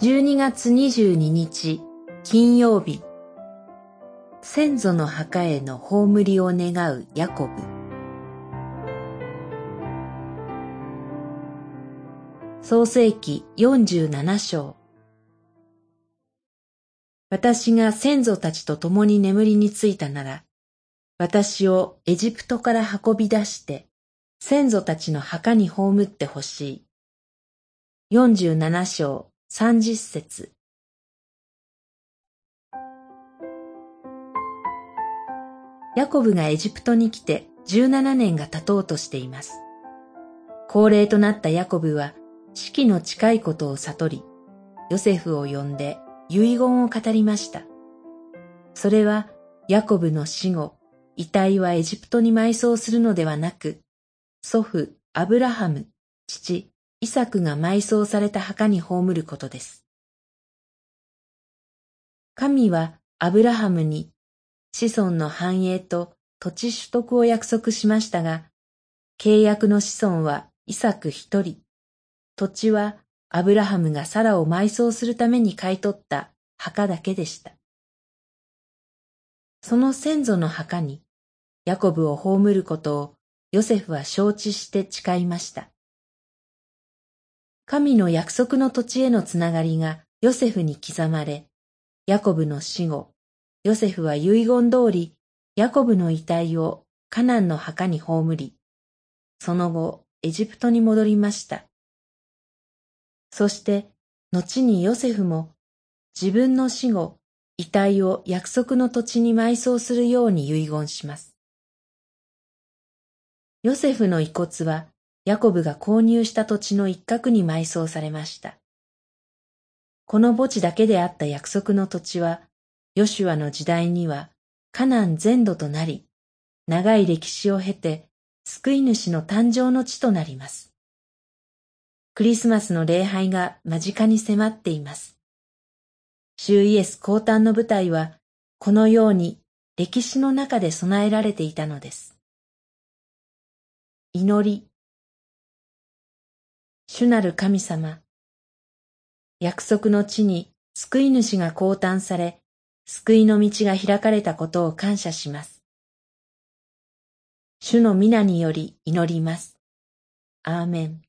12月22日金曜日、先祖の墓への葬りを願うヤコブ。創世記47章。私が先祖たちと共に眠りについたなら、私をエジプトから運び出して、先祖たちの墓に葬ってほしい。47章30節。ヤコブがエジプトに来て17年が経とうとしています。高齢となったヤコブは死期の近いことを悟り、ヨセフを呼んで遺言を語りました。それはヤコブの死後、遺体はエジプトに埋葬するのではなく、祖父アブラハム、父イサクが埋葬された墓に葬ることです。神はアブラハムに子孫の繁栄と土地取得を約束しましたが、契約の子孫はイサク一人、土地はアブラハムがサラを埋葬するために買い取った墓だけでした。その先祖の墓にヤコブを葬ることをヨセフは承知して誓いました。神の約束の土地へのつながりがヨセフに刻まれ、ヤコブの死後、ヨセフは遺言通りヤコブの遺体をカナンの墓に葬り、その後エジプトに戻りました。そして後にヨセフも自分の死後、遺体を約束の土地に埋葬するように遺言します。ヨセフの遺骨はヤコブが購入した土地の一角に埋葬されました。この墓地だけであった約束の土地は、ヨシュアの時代にはカナン全土となり、長い歴史を経て救い主の誕生の地となります。クリスマスの礼拝が間近に迫っています。主イエス降誕の舞台は、このように歴史の中で備えられていたのです。祈り。主なる神様、約束の地に救い主が降誕され、救いの道が開かれたことを感謝します。主の御名により祈ります。アーメン。